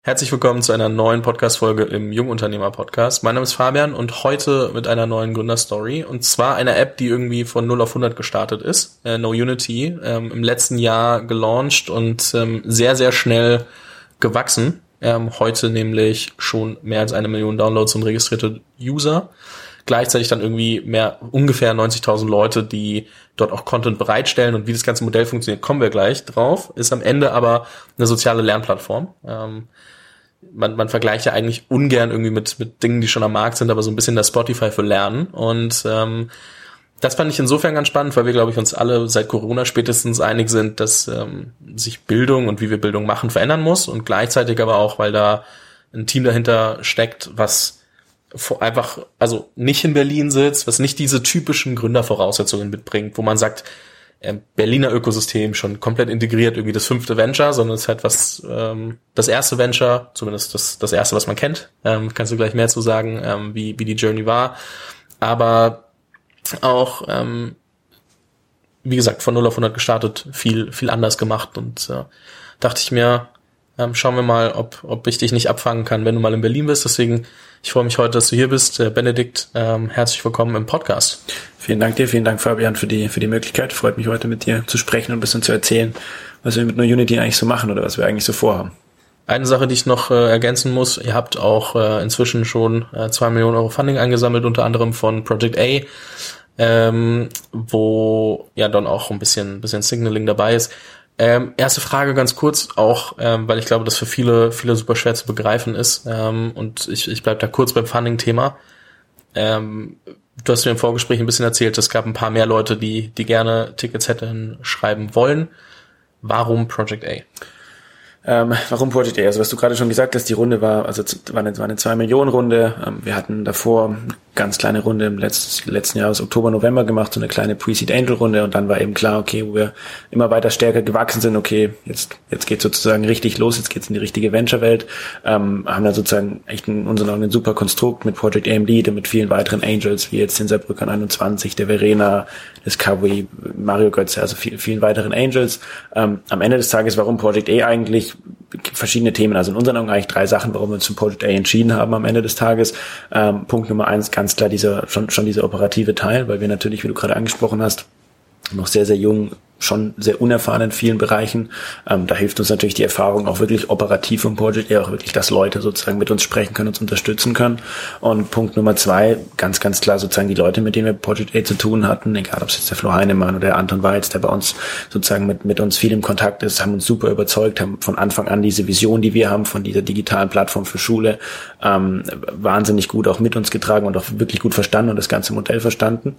Herzlich willkommen zu einer neuen Podcast-Folge im Jungunternehmer-Podcast. Mein Name ist Fabian und heute mit einer neuen Gründerstory. Und zwar einer App, die irgendwie von 0 auf 100 gestartet ist. KnowUnity, im letzten Jahr gelauncht und sehr, sehr schnell gewachsen. Heute nämlich schon mehr als 1 Million Downloads und registrierte User. Gleichzeitig dann irgendwie ungefähr 90.000 Leute, die dort auch Content bereitstellen, und wie das ganze Modell funktioniert, kommen wir gleich drauf. Ist am Ende aber eine soziale Lernplattform. Man vergleicht ja eigentlich ungern irgendwie mit Dingen, die schon am Markt sind, aber so ein bisschen das Spotify für Lernen. Und das fand ich insofern ganz spannend, weil wir, glaube ich, uns alle seit Corona spätestens einig sind, dass sich Bildung und wie wir Bildung machen verändern muss, und gleichzeitig aber auch, weil da ein Team dahinter steckt, was einfach, also nicht in Berlin sitzt, was nicht diese typischen Gründervoraussetzungen mitbringt, wo man sagt, Berliner Ökosystem schon komplett integriert, irgendwie das 5. Venture, sondern es ist halt das erste Venture, zumindest das erste, was man kennt. Kannst du gleich mehr zu sagen, wie die Journey war. Aber auch, wie gesagt, von 0 auf 100 gestartet, viel anders gemacht, und dachte ich mir, schauen wir mal, ob ich dich nicht abfangen kann, wenn du mal in Berlin bist. Deswegen, ich freue mich heute, dass du hier bist. Benedikt, herzlich willkommen im Podcast. Vielen Dank dir, vielen Dank Fabian für die Möglichkeit. Freut mich heute mit dir zu sprechen und ein bisschen zu erzählen, was wir mit KnowUnity eigentlich so machen oder was wir eigentlich so vorhaben. Eine Sache, die ich noch ergänzen muss: Ihr habt auch inzwischen schon 2 Millionen Euro Funding eingesammelt, unter anderem von Project A, wo ja dann auch ein bisschen Signaling dabei ist. Erste Frage ganz kurz, auch weil ich glaube, das für viele super schwer zu begreifen ist, und ich bleib da kurz beim Funding-Thema. Du hast mir im Vorgespräch ein bisschen erzählt, es gab ein paar mehr Leute, die gerne Tickets hätten schreiben wollen. Warum Project A? Warum Project A? Also was du gerade schon gesagt hast, die Runde war eine 2 Millionen Runde. Wir hatten davor eine ganz kleine Runde im letzten Jahr, aus Oktober, November gemacht, so eine kleine Pre-Seed Angel Runde, und dann war eben klar, okay, wo wir immer weiter stärker gewachsen sind, okay, jetzt geht's sozusagen richtig los, jetzt geht's in die richtige Venture-Welt, haben dann sozusagen echt in unseren Augen ein super Konstrukt mit Project A im Lead und mit vielen weiteren Angels, wie jetzt den Saarbrückern 21, der Verena, Discovery, Mario Götze, also vielen weiteren Angels. Am Ende des Tages, warum Project A eigentlich? Verschiedene Themen, also in unseren Augen eigentlich 3 Sachen, warum wir uns für Project A entschieden haben am Ende des Tages. Punkt Nummer 1, ganz klar dieser operative Teil, weil wir natürlich, wie du gerade angesprochen hast, noch sehr, sehr jung, schon sehr unerfahren in vielen Bereichen. Da hilft uns natürlich die Erfahrung auch wirklich operativ vom Project A, auch wirklich, dass Leute sozusagen mit uns sprechen können, uns unterstützen können. Und Punkt Nummer 2, ganz klar sozusagen die Leute, mit denen wir Project A zu tun hatten, egal ob es jetzt der Flo Heinemann oder der Anton Weiz, der bei uns sozusagen mit uns viel im Kontakt ist, haben uns super überzeugt, haben von Anfang an diese Vision, die wir haben von dieser digitalen Plattform für Schule, wahnsinnig gut auch mit uns getragen und auch wirklich gut verstanden und das ganze Modell verstanden.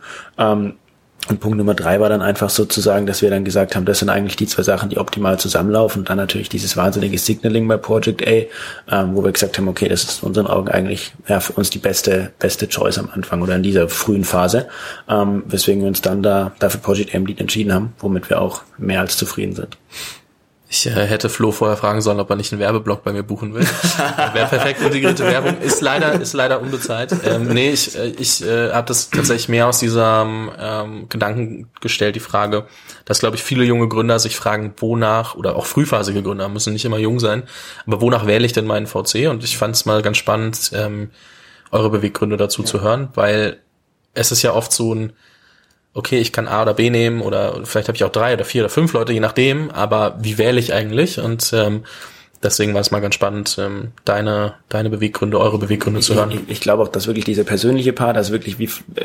Und Punkt Nummer 3 war dann einfach sozusagen, dass wir dann gesagt haben, das sind eigentlich die 2 Sachen, die optimal zusammenlaufen. Und dann natürlich dieses wahnsinnige Signaling bei Project A, wo wir gesagt haben, okay, das ist in unseren Augen eigentlich für uns die beste Choice am Anfang oder in dieser frühen Phase, weswegen wir uns dann dafür Project A im Lead entschieden haben, womit wir auch mehr als zufrieden sind. Ich hätte Flo vorher fragen sollen, ob er nicht einen Werbeblock bei mir buchen will. Wäre perfekt integrierte Werbung. Ist leider unbezahlt. Ich habe das tatsächlich mehr aus diesem Gedanken gestellt, die Frage, dass, glaube ich, viele junge Gründer sich fragen, wonach, oder auch frühphasige Gründer, müssen nicht immer jung sein, aber wonach wähle ich denn meinen VC? Und ich fand es mal ganz spannend, eure Beweggründe dazu zu hören, weil es ist ja oft so ein, okay, ich kann A oder B nehmen, oder vielleicht habe ich auch 3 oder 4 oder 5 Leute, je nachdem, aber wie wähle ich eigentlich? Und deswegen war es mal ganz spannend, deine Beweggründe, eure Beweggründe zu hören. Ich glaube auch, dass wirklich dieser persönliche Part, also wirklich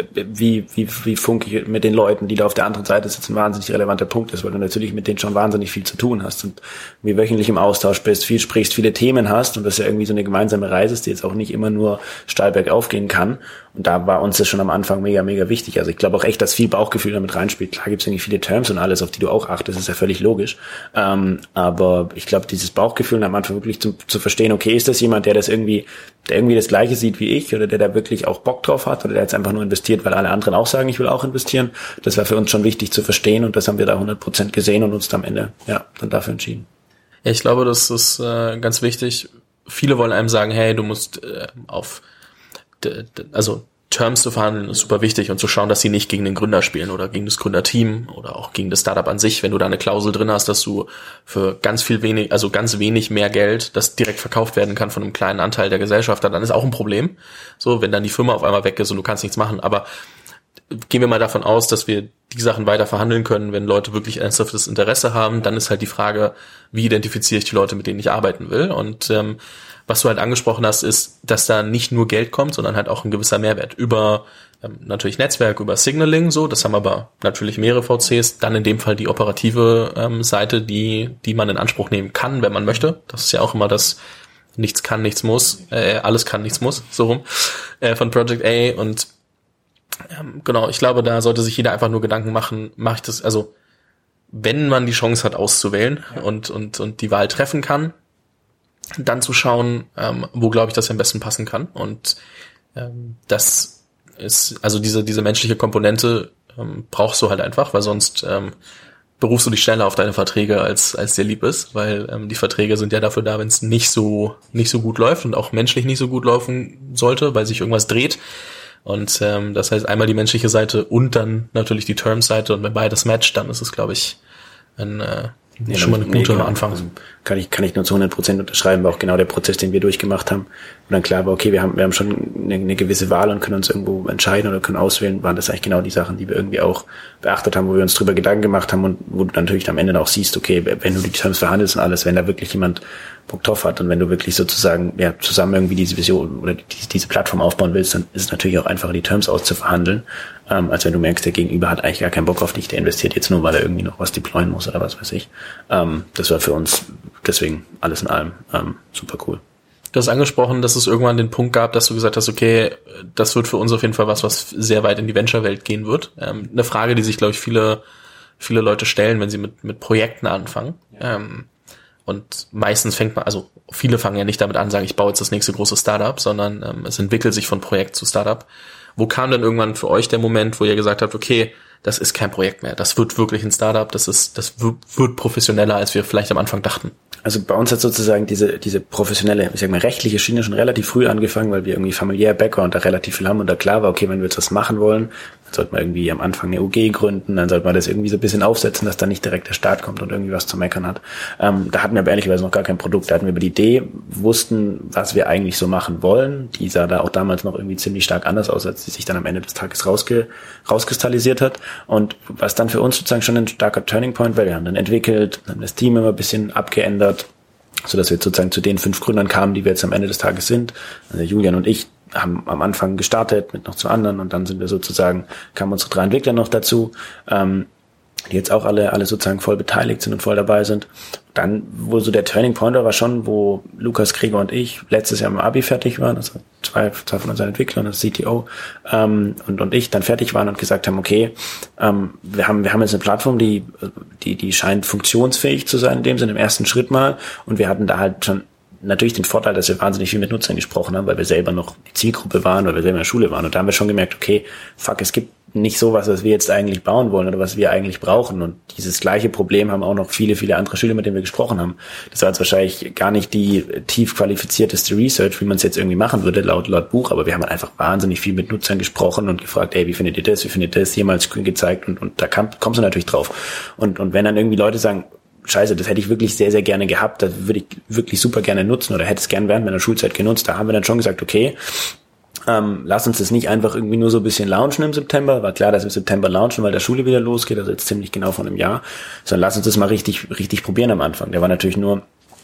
wie funke ich mit den Leuten, die da auf der anderen Seite sitzen, ein wahnsinnig relevanter Punkt ist, weil du natürlich mit denen schon wahnsinnig viel zu tun hast und wie wöchentlich im Austausch bist, viel sprichst, viele Themen hast, und das ja irgendwie so eine gemeinsame Reise ist, die jetzt auch nicht immer nur steil bergauf gehen kann. Und da war uns das schon am Anfang mega, mega wichtig. Also ich glaube auch echt, dass viel Bauchgefühl damit reinspielt. Klar gibt es irgendwie viele Terms und alles, auf die du auch achtest, ist ja völlig logisch. Aber ich glaube, dieses Bauchgefühl am Anfang wirklich zu verstehen, okay, ist das jemand, der irgendwie das Gleiche sieht wie ich, oder der da wirklich auch Bock drauf hat, oder der jetzt einfach nur investiert, weil alle anderen auch sagen, ich will auch investieren. Das war für uns schon wichtig zu verstehen, und das haben wir da 100% gesehen und uns am Ende dann dafür entschieden. Ja, ich glaube, das ist ganz wichtig. Viele wollen einem sagen, hey, du musst Terms zu verhandeln ist super wichtig und zu schauen, dass sie nicht gegen den Gründer spielen oder gegen das Gründerteam oder auch gegen das Startup an sich. Wenn du da eine Klausel drin hast, dass du für ganz wenig mehr Geld, das direkt verkauft werden kann von einem kleinen Anteil der Gesellschafter, dann ist auch ein Problem. So, wenn dann die Firma auf einmal weg ist und du kannst nichts machen. Aber gehen wir mal davon aus, dass wir die Sachen weiter verhandeln können, wenn Leute wirklich ernsthaftes Interesse haben, dann ist halt die Frage, wie identifiziere ich die Leute, mit denen ich arbeiten will. Und was du halt angesprochen hast, ist, dass da nicht nur Geld kommt, sondern halt auch ein gewisser Mehrwert über natürlich Netzwerk, über Signaling, so. Das haben aber natürlich mehrere VCs. Dann in dem Fall die operative Seite, die man in Anspruch nehmen kann, wenn man möchte. Das ist ja auch immer das nichts kann, nichts muss, alles kann, nichts muss, so rum, von Project A. Und genau, ich glaube, da sollte sich jeder einfach nur Gedanken machen, mache ich das, also wenn man die Chance hat auszuwählen und die Wahl treffen kann, dann zu schauen, wo glaube ich, das am besten passen kann. Und das ist, also diese menschliche Komponente brauchst du halt einfach, weil sonst berufst du dich schneller auf deine Verträge, als dir lieb ist, weil die Verträge sind ja dafür da, wenn es nicht so gut läuft und auch menschlich nicht so gut laufen sollte, weil sich irgendwas dreht. Und das heißt einmal die menschliche Seite und dann natürlich die Terms-Seite, und wenn beides matcht, dann ist es, glaube ich, schon mal eine gute Anfang. Also kann ich nur zu 100% unterschreiben, war auch genau der Prozess, den wir durchgemacht haben. Und dann klar war, okay, wir haben schon eine gewisse Wahl und können uns irgendwo entscheiden oder können auswählen, waren das eigentlich genau die Sachen, die wir irgendwie auch beachtet haben, wo wir uns drüber Gedanken gemacht haben und wo du dann natürlich am Ende auch siehst, okay, wenn du die Terms verhandelst und alles, wenn da wirklich jemand Bock drauf hat und wenn du wirklich sozusagen zusammen irgendwie diese Vision oder diese Plattform aufbauen willst, dann ist es natürlich auch einfacher, die Terms auszuverhandeln, als wenn du merkst, der Gegenüber hat eigentlich gar keinen Bock auf dich, der investiert jetzt nur, weil er irgendwie noch was deployen muss oder was weiß ich. Das war für uns deswegen alles in allem super cool. Du hast angesprochen, dass es irgendwann den Punkt gab, dass du gesagt hast, okay, das wird für uns auf jeden Fall was sehr weit in die Venture-Welt gehen wird. Eine Frage, die sich, glaube ich, viele Leute stellen, wenn sie mit Projekten anfangen. Ja. Und meistens viele fangen ja nicht damit an, sagen, ich baue jetzt das nächste große Startup, sondern es entwickelt sich von Projekt zu Startup. Wo kam denn irgendwann für euch der Moment, wo ihr gesagt habt, okay, das ist kein Projekt mehr, das wird wirklich ein Startup, das wird professioneller, als wir vielleicht am Anfang dachten? Also bei uns hat sozusagen diese professionelle, ich sag mal, rechtliche Schiene schon relativ früh angefangen, weil wir irgendwie familiär Background da relativ viel haben und da klar war, okay, wenn wir jetzt was machen wollen, dann sollte man irgendwie am Anfang eine UG gründen, dann sollte man das irgendwie so ein bisschen aufsetzen, dass da nicht direkt der Staat kommt und irgendwie was zu meckern hat. Da hatten wir aber ehrlicherweise noch gar kein Produkt, da hatten wir über die Idee, wussten, was wir eigentlich so machen wollen. Die sah da auch damals noch irgendwie ziemlich stark anders aus, als die sich dann am Ende des Tages rauskristallisiert hat. Und was dann für uns sozusagen schon ein starker Turning Point, weil wir haben dann entwickelt, haben das Team immer ein bisschen abgeändert, so dass wir sozusagen zu den 5 Gründern kamen, die wir jetzt am Ende des Tages sind. Also Julian und ich haben am Anfang gestartet mit noch 2 anderen und dann kamen unsere 3 Entwickler noch dazu, die jetzt auch alle sozusagen voll beteiligt sind und voll dabei sind. Dann, wo so der Turning Point war schon, wo Lukas, Gregor und ich letztes Jahr mit dem Abi fertig waren, also zwei von unseren Entwicklern, das CTO, und ich dann fertig waren und gesagt haben, okay, wir haben jetzt eine Plattform, die scheint funktionsfähig zu sein in dem Sinne im ersten Schritt mal, und wir hatten da halt schon natürlich den Vorteil, dass wir wahnsinnig viel mit Nutzern gesprochen haben, weil wir selber noch die Zielgruppe waren, weil wir selber in der Schule waren, und da haben wir schon gemerkt, okay, es gibt nicht sowas, was wir jetzt eigentlich bauen wollen oder was wir eigentlich brauchen. Und dieses gleiche Problem haben auch noch viele, viele andere Schüler, mit denen wir gesprochen haben. Das war jetzt wahrscheinlich gar nicht die tief qualifizierteste Research, wie man es jetzt irgendwie machen würde, laut Buch, aber wir haben halt einfach wahnsinnig viel mit Nutzern gesprochen und gefragt, ey, wie findet ihr das, jemals gezeigt, und da kommst du natürlich drauf. Und wenn dann irgendwie Leute sagen, Scheiße, das hätte ich wirklich sehr, sehr gerne gehabt, das würde ich wirklich super gerne nutzen oder hätte es gern während meiner Schulzeit genutzt, da haben wir dann schon gesagt, okay, lass uns das nicht einfach irgendwie nur so ein bisschen launchen im September. War klar, dass wir im September launchen, weil der Schule wieder losgeht, also jetzt ziemlich genau von einem Jahr. Sondern lass uns das mal richtig probieren am Anfang. Der war natürlich nur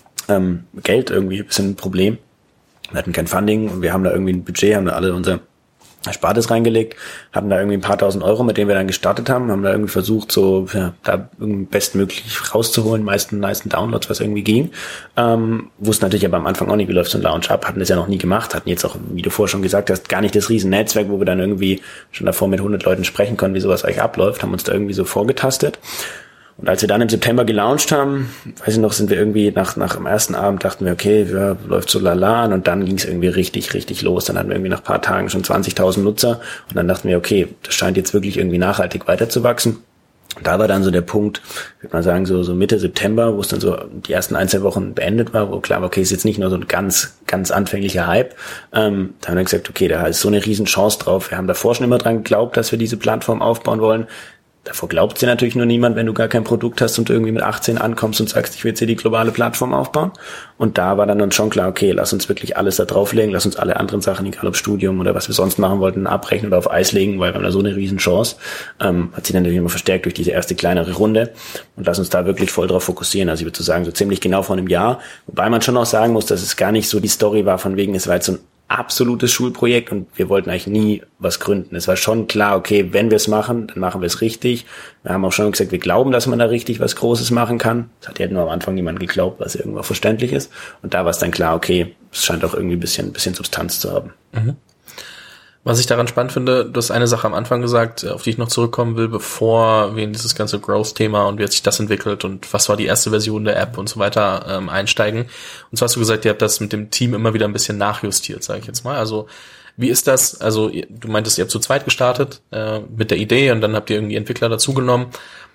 Geld irgendwie ein bisschen ein Problem. Wir hatten kein Funding und wir haben da irgendwie ein Budget, haben da alle unser Erspartes reingelegt, hatten da irgendwie ein paar tausend Euro, mit denen wir dann gestartet haben da irgendwie versucht, da irgendwie bestmöglich rauszuholen, meisten Downloads, was irgendwie ging. Wussten natürlich aber am Anfang auch nicht, wie läuft so ein Launch ab, hatten das ja noch nie gemacht, hatten jetzt auch, wie du vorher schon gesagt hast, gar nicht das riesen Netzwerk, wo wir dann irgendwie schon davor mit 100 Leuten sprechen konnten, wie sowas eigentlich abläuft, haben uns da irgendwie so vorgetastet. Und als wir dann im September gelauncht haben, weiß ich noch, sind wir irgendwie nach dem ersten Abend, dachten wir, okay, läuft so lala, und dann ging es irgendwie richtig, richtig los. Dann hatten wir irgendwie nach ein paar Tagen schon 20.000 Nutzer und dann dachten wir, okay, das scheint jetzt wirklich irgendwie nachhaltig weiterzuwachsen. Da war dann so der Punkt, ich würde mal sagen, so Mitte September, wo es dann so die ersten 1-2 Wochen beendet war, wo klar war, okay, ist jetzt nicht nur so ein ganz, ganz anfänglicher Hype. Da haben wir gesagt, okay, da ist so eine riesen Chance drauf. Wir haben davor schon immer dran geglaubt, dass wir diese Plattform aufbauen wollen. Davor glaubt dir natürlich nur niemand, wenn du gar kein Produkt hast und irgendwie mit 18 ankommst und sagst, ich will jetzt hier die globale Plattform aufbauen. Und da war dann uns schon klar, okay, lass uns wirklich alles da drauflegen, lass uns alle anderen Sachen, egal ob Studium oder was wir sonst machen wollten, abbrechen oder auf Eis legen, weil wir haben da so eine riesen Chance. Hat sich dann natürlich immer verstärkt durch diese erste kleinere Runde und lass uns da wirklich voll drauf fokussieren. Also ich würde so sagen, so ziemlich genau vor einem Jahr. Wobei man schon auch sagen muss, dass es gar nicht so die Story war von wegen, es war jetzt so ein absolutes Schulprojekt und wir wollten eigentlich nie was gründen. Es war schon klar, okay, wenn wir es machen, dann machen wir es richtig. Wir haben auch schon gesagt, wir glauben, dass man da richtig was Großes machen kann. Das hat ja nur am Anfang niemand geglaubt, was irgendwo verständlich ist. Und da war es dann klar, okay, es scheint auch irgendwie ein bisschen Substanz zu haben. Mhm. Was ich daran spannend finde, du hast eine Sache am Anfang gesagt, auf die ich noch zurückkommen will, bevor wir in dieses ganze Growth-Thema und wie hat sich das entwickelt und was war die erste Version der App und so weiter einsteigen. Und zwar hast du gesagt, ihr habt das mit dem Team immer wieder ein bisschen nachjustiert, sage ich jetzt mal. Also wie ist das? Also du meintest, ihr habt zu zweit gestartet mit der Idee und dann habt ihr irgendwie Entwickler dazugenommen.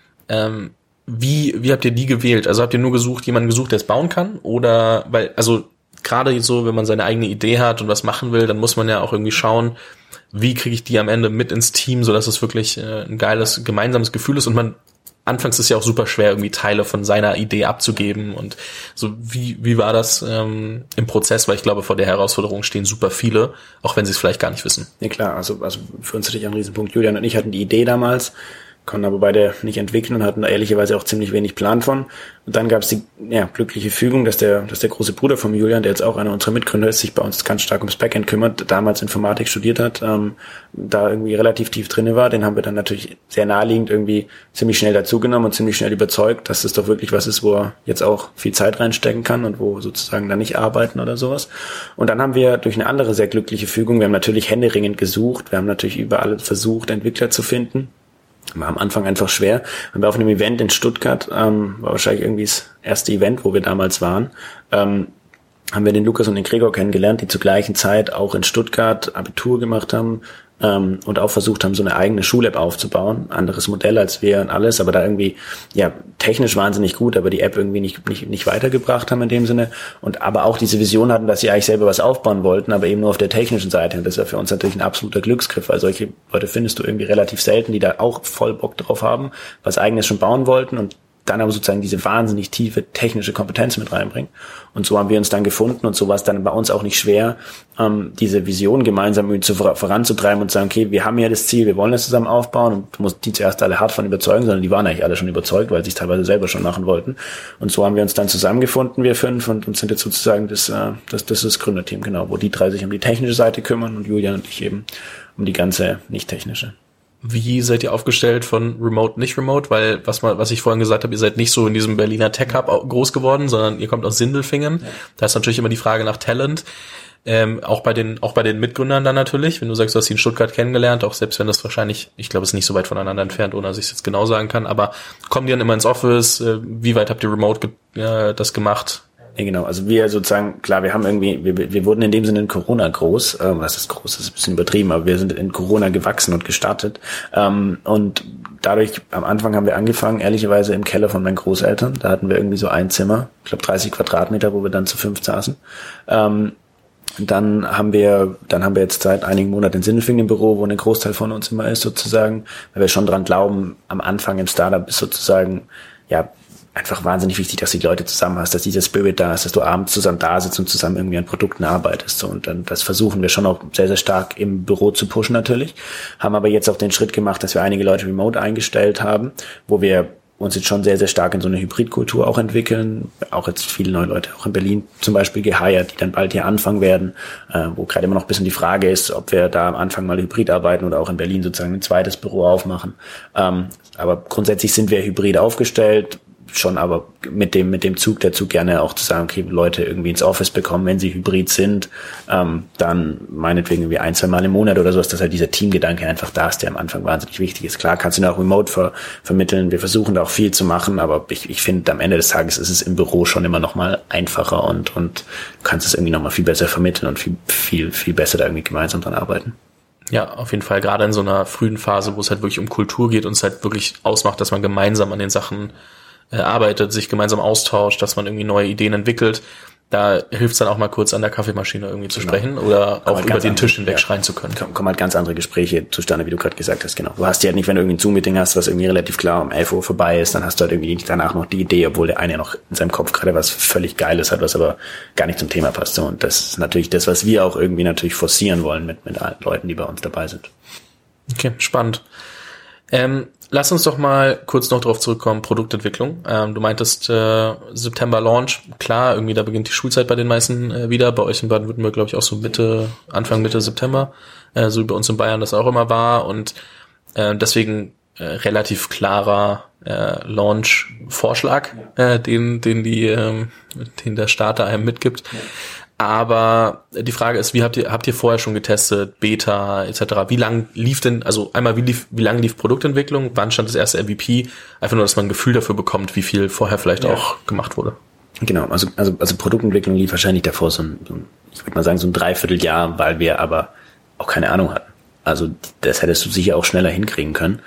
Wie habt ihr die gewählt? Also habt ihr nur jemanden gesucht, der es bauen kann? Oder gerade so, wenn man seine eigene Idee hat und was machen will, dann muss man ja auch irgendwie schauen, wie kriege ich die am Ende mit ins Team, sodass es wirklich ein geiles gemeinsames Gefühl ist. Und anfangs ist es ja auch super schwer, irgendwie Teile von seiner Idee abzugeben. Und so, wie war das im Prozess? Weil ich glaube, vor der Herausforderung stehen super viele, auch wenn sie es vielleicht gar nicht wissen. Ja klar, also für uns natürlich ein Riesenpunkt. Julian und ich hatten die Idee damals, konnten aber beide nicht entwickeln und hatten da ehrlicherweise auch ziemlich wenig Plan von. Und dann gab es die glückliche Fügung, dass der große Bruder von Julian, der jetzt auch einer unserer Mitgründer ist, sich bei uns ganz stark ums Backend kümmert, damals Informatik studiert hat, da irgendwie relativ tief drinne war. Den haben wir dann natürlich sehr naheliegend irgendwie ziemlich schnell dazugenommen und ziemlich schnell überzeugt, dass das doch wirklich was ist, wo er jetzt auch viel Zeit reinstecken kann und wo sozusagen dann nicht arbeiten oder sowas. Und dann haben wir durch eine andere sehr glückliche Fügung, wir haben natürlich händeringend gesucht, wir haben natürlich überall versucht, Entwickler zu finden. War am Anfang einfach schwer. Haben wir auf einem Event in Stuttgart, war wahrscheinlich irgendwie das erste Event, wo wir damals waren, haben wir den Lukas und den Gregor kennengelernt, die zur gleichen Zeit auch in Stuttgart Abitur gemacht haben und auch versucht haben, so eine eigene Schul-App aufzubauen. Anderes Modell als wir und alles, aber da irgendwie, technisch wahnsinnig gut, aber die App irgendwie nicht weitergebracht haben in dem Sinne. Und aber auch diese Vision hatten, dass sie eigentlich selber was aufbauen wollten, aber eben nur auf der technischen Seite. Und das war für uns natürlich ein absoluter Glücksgriff, weil solche Leute findest du irgendwie relativ selten, die da auch voll Bock drauf haben, was Eigenes schon bauen wollten und dann aber sozusagen diese wahnsinnig tiefe technische Kompetenz mit reinbringen. Und so haben wir uns dann gefunden und so war es dann bei uns auch nicht schwer, diese Vision gemeinsam voranzutreiben und zu sagen, okay, wir haben ja das Ziel, wir wollen das zusammen aufbauen und du musst die zuerst alle hart von überzeugen, sondern die waren eigentlich alle schon überzeugt, weil sie es teilweise selber schon machen wollten. Und so haben wir uns dann zusammengefunden, wir 5, und sind jetzt sozusagen das ist das Gründerteam, genau, wo die 3 sich um die technische Seite kümmern und Julian und ich eben um die ganze nicht-technische. Wie seid ihr aufgestellt von Remote, nicht Remote? Weil, was ich vorhin gesagt habe, ihr seid nicht so in diesem Berliner Tech-Hub groß geworden, sondern ihr kommt aus Sindelfingen. Ja. Da ist natürlich immer die Frage nach Talent. Auch bei den Mitgründern dann natürlich. Wenn du sagst, du hast sie in Stuttgart kennengelernt, auch selbst wenn das wahrscheinlich, ich glaube, es ist nicht so weit voneinander entfernt, ohne dass ich es jetzt genau sagen kann, aber kommen die dann immer ins Office? Wie weit habt ihr Remote das gemacht? Ja, genau. Also wir sozusagen, klar, wir haben irgendwie, wir wurden in dem Sinne in Corona groß. Was ist groß? Das ist ein bisschen übertrieben, aber wir sind in Corona gewachsen und gestartet. Und dadurch, am Anfang haben wir angefangen, ehrlicherweise im Keller von meinen Großeltern. Da hatten wir irgendwie so ein Zimmer, ich glaube 30 Quadratmeter, wo wir dann zu 5 saßen. Dann haben wir jetzt seit einigen Monaten in Sindelfingen im Büro, wo ein Großteil von uns immer ist sozusagen, weil wir schon dran glauben, am Anfang im Startup ist sozusagen, einfach wahnsinnig wichtig, dass du die Leute zusammen hast, dass dieser Spirit da ist, dass du abends zusammen da sitzt und zusammen irgendwie an Produkten arbeitest. So. Und dann das versuchen wir schon auch sehr, sehr stark im Büro zu pushen natürlich. Haben aber jetzt auch den Schritt gemacht, dass wir einige Leute remote eingestellt haben, wo wir uns jetzt schon sehr, sehr stark in so eine Hybridkultur auch entwickeln. Auch jetzt viele neue Leute, auch in Berlin zum Beispiel geheiert, die dann bald hier anfangen werden, wo gerade immer noch ein bisschen die Frage ist, ob wir da am Anfang mal hybrid arbeiten oder auch in Berlin sozusagen ein zweites Büro aufmachen. Aber grundsätzlich sind wir hybrid aufgestellt, schon aber mit dem Zug dazu gerne auch zu sagen, okay, Leute irgendwie ins Office bekommen, wenn sie hybrid sind, dann meinetwegen irgendwie 1-2 Mal im Monat oder sowas, dass halt dieser Teamgedanke einfach da ist, der am Anfang wahnsinnig wichtig ist. Klar kannst du ihn auch remote vermitteln, wir versuchen da auch viel zu machen, aber ich finde, am Ende des Tages ist es im Büro schon immer noch mal einfacher und du kannst es irgendwie noch mal viel besser vermitteln und viel besser da irgendwie gemeinsam dran arbeiten. Ja, auf jeden Fall, gerade in so einer frühen Phase, wo es halt wirklich um Kultur geht und es halt wirklich ausmacht, dass man gemeinsam an den Sachen arbeitet, sich gemeinsam austauscht, dass man irgendwie neue Ideen entwickelt. Da hilft es dann auch mal kurz an der Kaffeemaschine irgendwie zu sprechen oder auch über den Tisch hinweg schreien zu können. Kommen halt ganz andere Gespräche zustande, wie du gerade gesagt hast, genau. Du hast ja halt nicht, wenn du irgendwie ein Zoom-Meeting hast, was irgendwie relativ klar um 11 Uhr vorbei ist, dann hast du halt irgendwie danach noch die Idee, obwohl der eine noch in seinem Kopf gerade was völlig Geiles hat, was aber gar nicht zum Thema passt. Und das ist natürlich das, was wir auch irgendwie natürlich forcieren wollen mit allen Leuten, die bei uns dabei sind. Okay, spannend. Lass uns doch mal kurz noch drauf zurückkommen, Produktentwicklung. Du meintest September Launch, klar, irgendwie da beginnt die Schulzeit bei den meisten wieder. Bei euch in Baden-Württemberg, glaube ich, auch so Anfang Mitte September, so wie bei uns in Bayern das auch immer war. Und deswegen relativ klarer Launch-Vorschlag, den der Starter einem mitgibt. Aber die Frage ist, habt ihr vorher schon getestet, Beta etc.? Wie lang lief denn, also einmal wie lang lief Produktentwicklung? Wann stand das erste MVP? Einfach nur, dass man ein Gefühl dafür bekommt, wie viel vorher vielleicht auch gemacht wurde. Genau, also Produktentwicklung lief wahrscheinlich davor ich würde mal sagen, so ein Dreivierteljahr, weil wir aber auch keine Ahnung hatten. Also das hättest du sicher auch schneller hinkriegen können.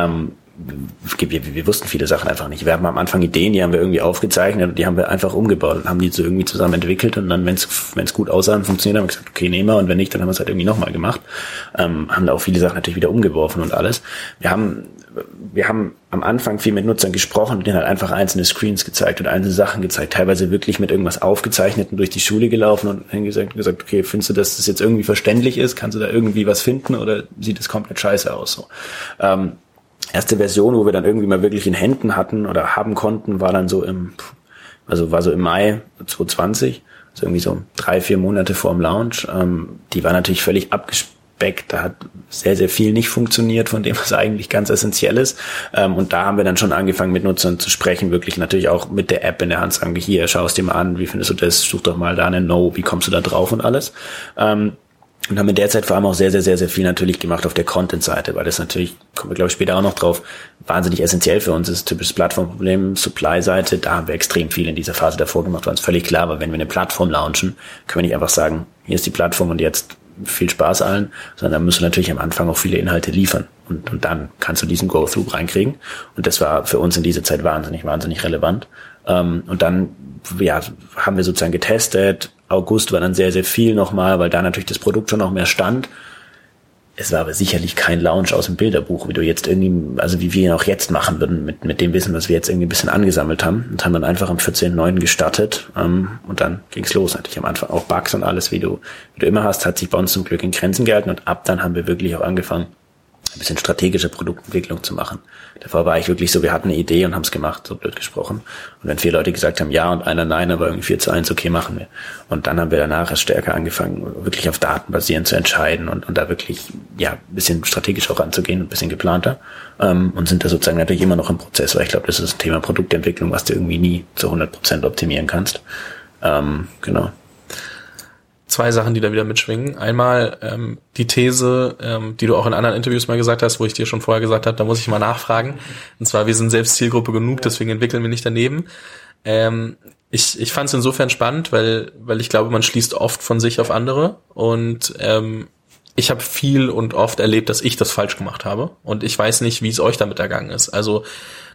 Wir wussten viele Sachen einfach nicht. Wir haben am Anfang Ideen, die haben wir irgendwie aufgezeichnet und die haben wir einfach umgebaut und haben die so irgendwie zusammen entwickelt und dann, wenn es gut aussah und funktioniert, haben wir gesagt, okay, nehmen wir, und wenn nicht, dann haben wir es halt irgendwie nochmal gemacht. Haben da auch viele Sachen natürlich wieder umgeworfen und alles. Wir haben am Anfang viel mit Nutzern gesprochen und denen halt einfach einzelne Screens gezeigt und einzelne Sachen gezeigt, teilweise wirklich mit irgendwas Aufgezeichneten durch die Schule gelaufen und dann gesagt, okay, findest du, dass das jetzt irgendwie verständlich ist? Kannst du da irgendwie was finden oder sieht das komplett scheiße aus? So. Erste Version, wo wir dann irgendwie mal wirklich in Händen hatten oder haben konnten, war dann so im Mai 2020, also irgendwie so 3-4 Monate vor dem Launch. Die war natürlich völlig abgespeckt, da hat sehr, sehr viel nicht funktioniert von dem, was eigentlich ganz essentiell ist. Und da haben wir dann schon angefangen, mit Nutzern zu sprechen, wirklich natürlich auch mit der App in der Hand, sagen wir, hier, schau es dir mal an, wie findest du das, such doch mal da eine No, wie kommst du da drauf und alles. Und haben in der Zeit vor allem auch sehr, sehr, sehr, sehr viel natürlich gemacht auf der Content-Seite, weil das natürlich, kommen wir glaube ich später auch noch drauf, wahnsinnig essentiell für uns ist. Typisches Plattformproblem, Supply-Seite, da haben wir extrem viel in dieser Phase davor gemacht, weil uns völlig klar war, wenn wir eine Plattform launchen, können wir nicht einfach sagen, hier ist die Plattform und jetzt viel Spaß allen, sondern da müssen wir natürlich am Anfang auch viele Inhalte liefern und dann kannst du diesen Go-Through reinkriegen und das war für uns in dieser Zeit wahnsinnig, wahnsinnig relevant. Und dann haben wir sozusagen getestet. August war dann sehr, sehr viel nochmal, weil da natürlich das Produkt schon noch mehr stand. Es war aber sicherlich kein Launch aus dem Bilderbuch, wie du jetzt irgendwie, also wie wir ihn auch jetzt machen würden, mit dem Wissen, was wir jetzt irgendwie ein bisschen angesammelt haben. Und haben dann einfach am 14.09. gestartet. Und dann ging's los. Natürlich am Anfang auch Bugs und alles, wie du immer hast, hat sich bei uns zum Glück in Grenzen gehalten. Und ab dann haben wir wirklich auch angefangen, ein bisschen strategische Produktentwicklung zu machen. Davor war ich wirklich so, wir hatten eine Idee und haben es gemacht, so blöd gesprochen. Und wenn 4 Leute gesagt haben, ja und einer nein, aber irgendwie 4:1, okay, machen wir. Und dann haben wir danach erst stärker angefangen, wirklich auf Daten basierend zu entscheiden und da wirklich, ein bisschen strategisch auch ranzugehen, ein bisschen geplanter. Und sind da sozusagen natürlich immer noch im Prozess, weil ich glaube, das ist ein Thema Produktentwicklung, was du irgendwie nie zu 100% optimieren kannst. Genau. 2 Sachen, die da wieder mitschwingen. Einmal die These, die du auch in anderen Interviews mal gesagt hast, wo ich dir schon vorher gesagt habe, da muss ich mal nachfragen. Und zwar, wir sind selbst Zielgruppe genug, deswegen entwickeln wir nicht daneben. Ich fand es insofern spannend, weil ich glaube, man schließt oft von sich auf andere. Und ich habe viel und oft erlebt, dass ich das falsch gemacht habe. Und ich weiß nicht, wie es euch damit ergangen ist. Also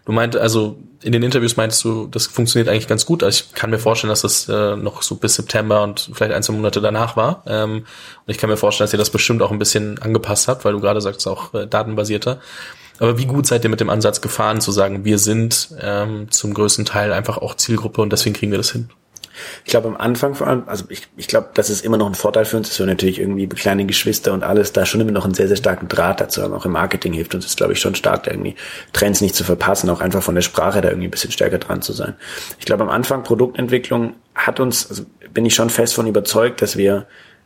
in den Interviews meintest du, das funktioniert eigentlich ganz gut. Also ich kann mir vorstellen, dass das noch so bis September und vielleicht 1-2 Monate danach war. Und ich kann mir vorstellen, dass ihr das bestimmt auch ein bisschen angepasst habt, weil du gerade sagst, auch datenbasierter. Aber wie gut seid ihr mit dem Ansatz gefahren, zu sagen, wir sind zum größten Teil einfach auch Zielgruppe und deswegen kriegen wir das hin? Ich glaube am Anfang vor allem, also ich glaube, das ist immer noch ein Vorteil für uns, dass wir natürlich irgendwie kleine Geschwister und alles da schon immer noch einen sehr, sehr starken Draht dazu haben. Auch im Marketing hilft uns das, glaube ich, schon stark, da irgendwie Trends nicht zu verpassen, auch einfach von der Sprache da irgendwie ein bisschen stärker dran zu sein. Ich glaube am Anfang Produktentwicklung bin ich schon fest von überzeugt, dass wir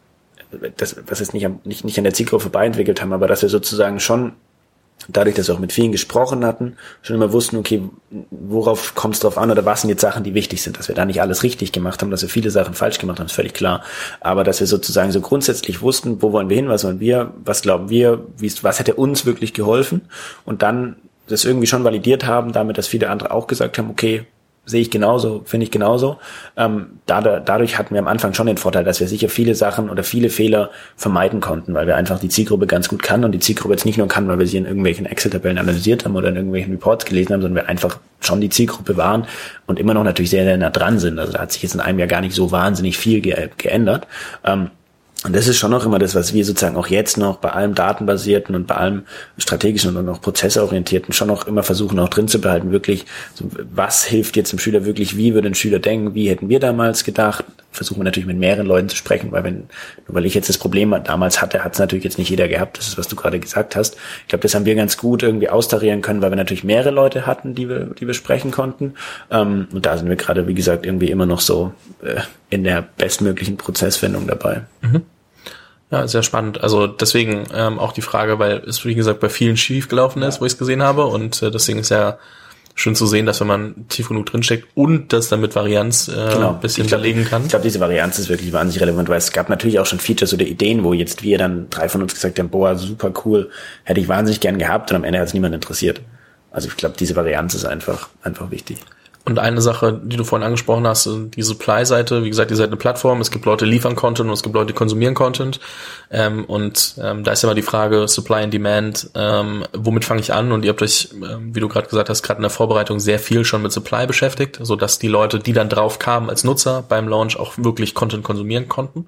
was jetzt nicht an der Zielgruppe vorbei entwickelt haben, aber dass wir sozusagen schon dadurch, dass wir auch mit vielen gesprochen hatten, schon immer wussten, okay, worauf kommt es drauf an oder was sind jetzt Sachen, die wichtig sind, dass wir da nicht alles richtig gemacht haben, dass wir viele Sachen falsch gemacht haben, ist völlig klar, aber dass wir sozusagen so grundsätzlich wussten, wo wollen wir hin, was wollen wir, was glauben wir, was hätte uns wirklich geholfen und dann das irgendwie schon validiert haben, damit, dass viele andere auch gesagt haben, okay, sehe ich genauso, finde ich genauso. Dadurch hatten wir am Anfang schon den Vorteil, dass wir sicher viele Sachen oder viele Fehler vermeiden konnten, weil wir einfach die Zielgruppe ganz gut kannten und die Zielgruppe jetzt nicht nur kann, weil wir sie in irgendwelchen Excel-Tabellen analysiert haben oder in irgendwelchen Reports gelesen haben, sondern wir einfach schon die Zielgruppe waren und immer noch natürlich sehr, sehr nah dran sind. Also da hat sich jetzt in einem Jahr gar nicht so wahnsinnig viel geändert. Und das ist schon noch immer das, was wir sozusagen auch jetzt noch bei allem Datenbasierten und bei allem strategischen und auch prozessorientierten schon noch immer versuchen, auch drin zu behalten, wirklich, so, was hilft jetzt dem Schüler wirklich, wie würde ein Schüler denken, wie hätten wir damals gedacht, versuchen wir natürlich mit mehreren Leuten zu sprechen, weil ich jetzt das Problem damals hatte, hat es natürlich jetzt nicht jeder gehabt, das ist, was du gerade gesagt hast. Ich glaube, das haben wir ganz gut irgendwie austarieren können, weil wir natürlich mehrere Leute hatten, die wir sprechen konnten. Und da sind wir gerade, wie gesagt, irgendwie immer noch so in der bestmöglichen Prozessfindung dabei. Mhm. Ja, sehr spannend. Also deswegen auch die Frage, weil es, wie gesagt, bei vielen schief gelaufen ist, wo ich es gesehen habe. Und deswegen ist ja schön zu sehen, dass wenn man tief genug drinsteckt und das dann mit Varianz ein bisschen hinterlegen kann. Ich glaube, diese Varianz ist wirklich wahnsinnig relevant, weil es gab natürlich auch schon Features oder Ideen, wo jetzt wir dann 3 von uns gesagt haben, boah, super cool, hätte ich wahnsinnig gern gehabt und am Ende hat es niemand interessiert. Also ich glaube, diese Varianz ist einfach wichtig. Und eine Sache, die du vorhin angesprochen hast, die Supply-Seite, wie gesagt, ihr seid eine Plattform, es gibt Leute, die liefern Content und es gibt Leute, die konsumieren Content. Da ist ja immer die Frage, Supply and Demand, womit fange ich an? Und ihr habt euch, wie du gerade gesagt hast, gerade in der Vorbereitung sehr viel schon mit Supply beschäftigt, sodass die Leute, die dann drauf kamen als Nutzer beim Launch, auch wirklich Content konsumieren konnten.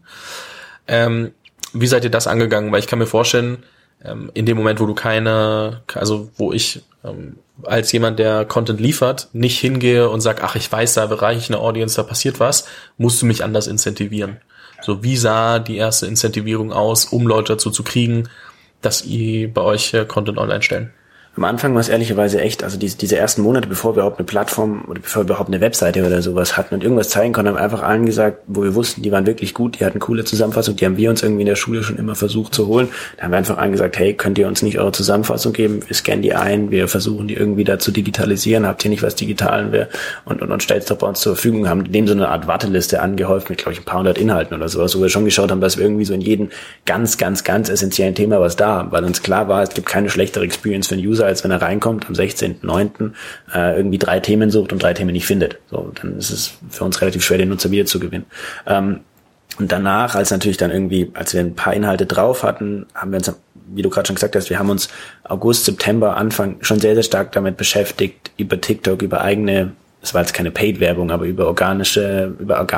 Wie seid ihr das angegangen? Weil ich kann mir vorstellen, in dem Moment, wo du wo ich als jemand, der Content liefert, nicht hingehe und sag, ach, ich weiß, da erreiche ich eine Audience, da passiert was, musst du mich anders incentivieren. So, wie sah die erste Incentivierung aus, um Leute dazu zu kriegen, dass ihr bei euch Content online stellen? Am Anfang war es ehrlicherweise echt, also diese ersten Monate, bevor wir überhaupt eine Plattform oder bevor wir überhaupt eine Webseite oder sowas hatten und irgendwas zeigen konnten, haben wir einfach allen gesagt, wo wir wussten, die waren wirklich gut, die hatten coole Zusammenfassung, die haben wir uns irgendwie in der Schule schon immer versucht zu holen. Da haben wir einfach allen gesagt, hey, könnt ihr uns nicht eure Zusammenfassung geben? Wir scannen die ein, wir versuchen die irgendwie da zu digitalisieren, habt ihr nicht was Digitalen wäre und stellt es doch bei uns zur Verfügung, haben denen so eine Art Warteliste angehäuft mit, glaube ich, ein paar hundert Inhalten oder sowas, wo wir schon geschaut haben, dass wir irgendwie so in jedem ganz, ganz, ganz essentiellen Thema was da haben, weil uns klar war, es gibt keine schlechtere Experience für einen User, als wenn er reinkommt am 16.09. Irgendwie 3 Themen sucht und 3 Themen nicht findet. So, dann ist es für uns relativ schwer, den Nutzer wieder zu gewinnen. Und danach, als wir ein paar Inhalte drauf hatten, haben wir uns, wie du gerade schon gesagt hast, wir haben uns August, September, Anfang schon sehr, sehr stark damit beschäftigt, über TikTok, über eigene, es war jetzt keine Paid-Werbung, aber über organische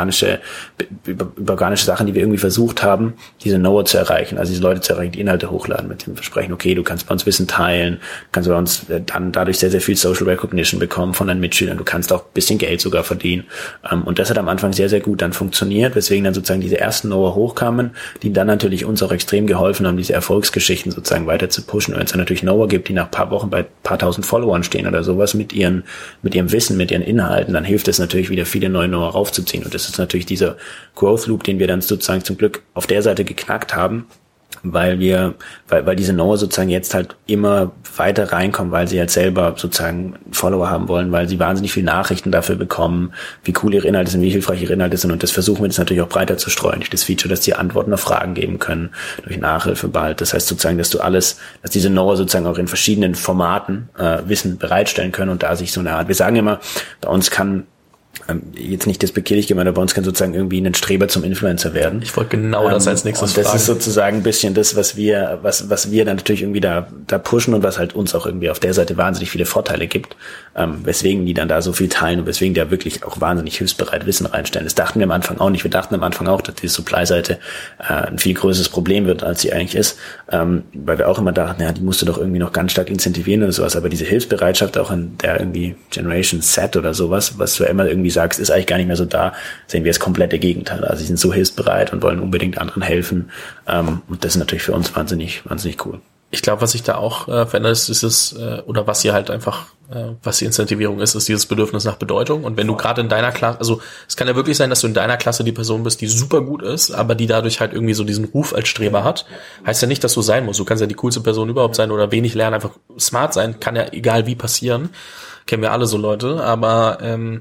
Sachen, die wir irgendwie versucht haben, diese Knower zu erreichen, also diese Leute zu erreichen, die Inhalte hochladen mit dem Versprechen, okay, du kannst bei uns Wissen teilen, kannst bei uns dann dadurch sehr, sehr viel Social Recognition bekommen von deinen Mitschülern, du kannst auch ein bisschen Geld sogar verdienen. Und das hat am Anfang sehr, sehr gut dann funktioniert, weswegen dann sozusagen diese ersten Knower hochkamen, die dann natürlich uns auch extrem geholfen haben, diese Erfolgsgeschichten sozusagen weiter zu pushen. Und wenn es dann natürlich Knower gibt, die nach ein paar Wochen bei ein paar tausend Followern stehen oder sowas mit ihrem Wissen, mit ihren Inhalten, dann hilft es natürlich wieder, viele neue Knower raufzuziehen. Und das ist natürlich dieser Growth Loop, den wir dann sozusagen zum Glück auf der Seite geknackt haben, weil diese Knower sozusagen jetzt halt immer weiter reinkommen, weil sie halt selber sozusagen Follower haben wollen, weil sie wahnsinnig viele Nachrichten dafür bekommen, wie cool ihre Inhalte sind, wie hilfreich ihre Inhalte sind, und das versuchen wir jetzt natürlich auch breiter zu streuen, durch das Feature, dass sie Antworten auf Fragen geben können, durch Nachhilfe bald. Das heißt sozusagen, dass diese Knower sozusagen auch in verschiedenen Formaten Wissen bereitstellen können und da sich so eine Art, wir sagen immer, bei uns kann jetzt nicht despektierlich gemeint, aber bei uns kann sozusagen irgendwie ein Streber zum Influencer werden. Ich wollte genau das als nächstes fragen. Und das ist sozusagen ein bisschen das, was wir dann natürlich irgendwie da pushen und was halt uns auch irgendwie auf der Seite wahnsinnig viele Vorteile gibt, weswegen die dann da so viel teilen und weswegen die da wirklich auch wahnsinnig hilfsbereit Wissen reinstellen. Das dachten wir am Anfang auch nicht. Wir dachten am Anfang auch, dass die Supply-Seite ein viel größeres Problem wird, als sie eigentlich ist, weil wir auch immer dachten, ja, die musst du doch irgendwie noch ganz stark incentivieren oder sowas, aber diese Hilfsbereitschaft auch in der irgendwie Generation Z oder sowas, was du immer irgendwie sagst, ist eigentlich gar nicht mehr so da, sehen wir das komplette Gegenteil. Also sie sind so hilfsbereit und wollen unbedingt anderen helfen. Und das ist natürlich für uns wahnsinnig, wahnsinnig cool. Ich glaube, was sich da auch verändert ist oder was hier halt einfach, was die Incentivierung ist dieses Bedürfnis nach Bedeutung. Und wenn du gerade in deiner Klasse, also es kann ja wirklich sein, dass du in deiner Klasse die Person bist, die super gut ist, aber die dadurch halt irgendwie so diesen Ruf als Streber hat. Heißt ja nicht, dass du sein musst. Du kannst ja die coolste Person überhaupt sein oder wenig lernen, einfach smart sein. Kann ja egal wie passieren. Kennen wir alle so Leute. Aber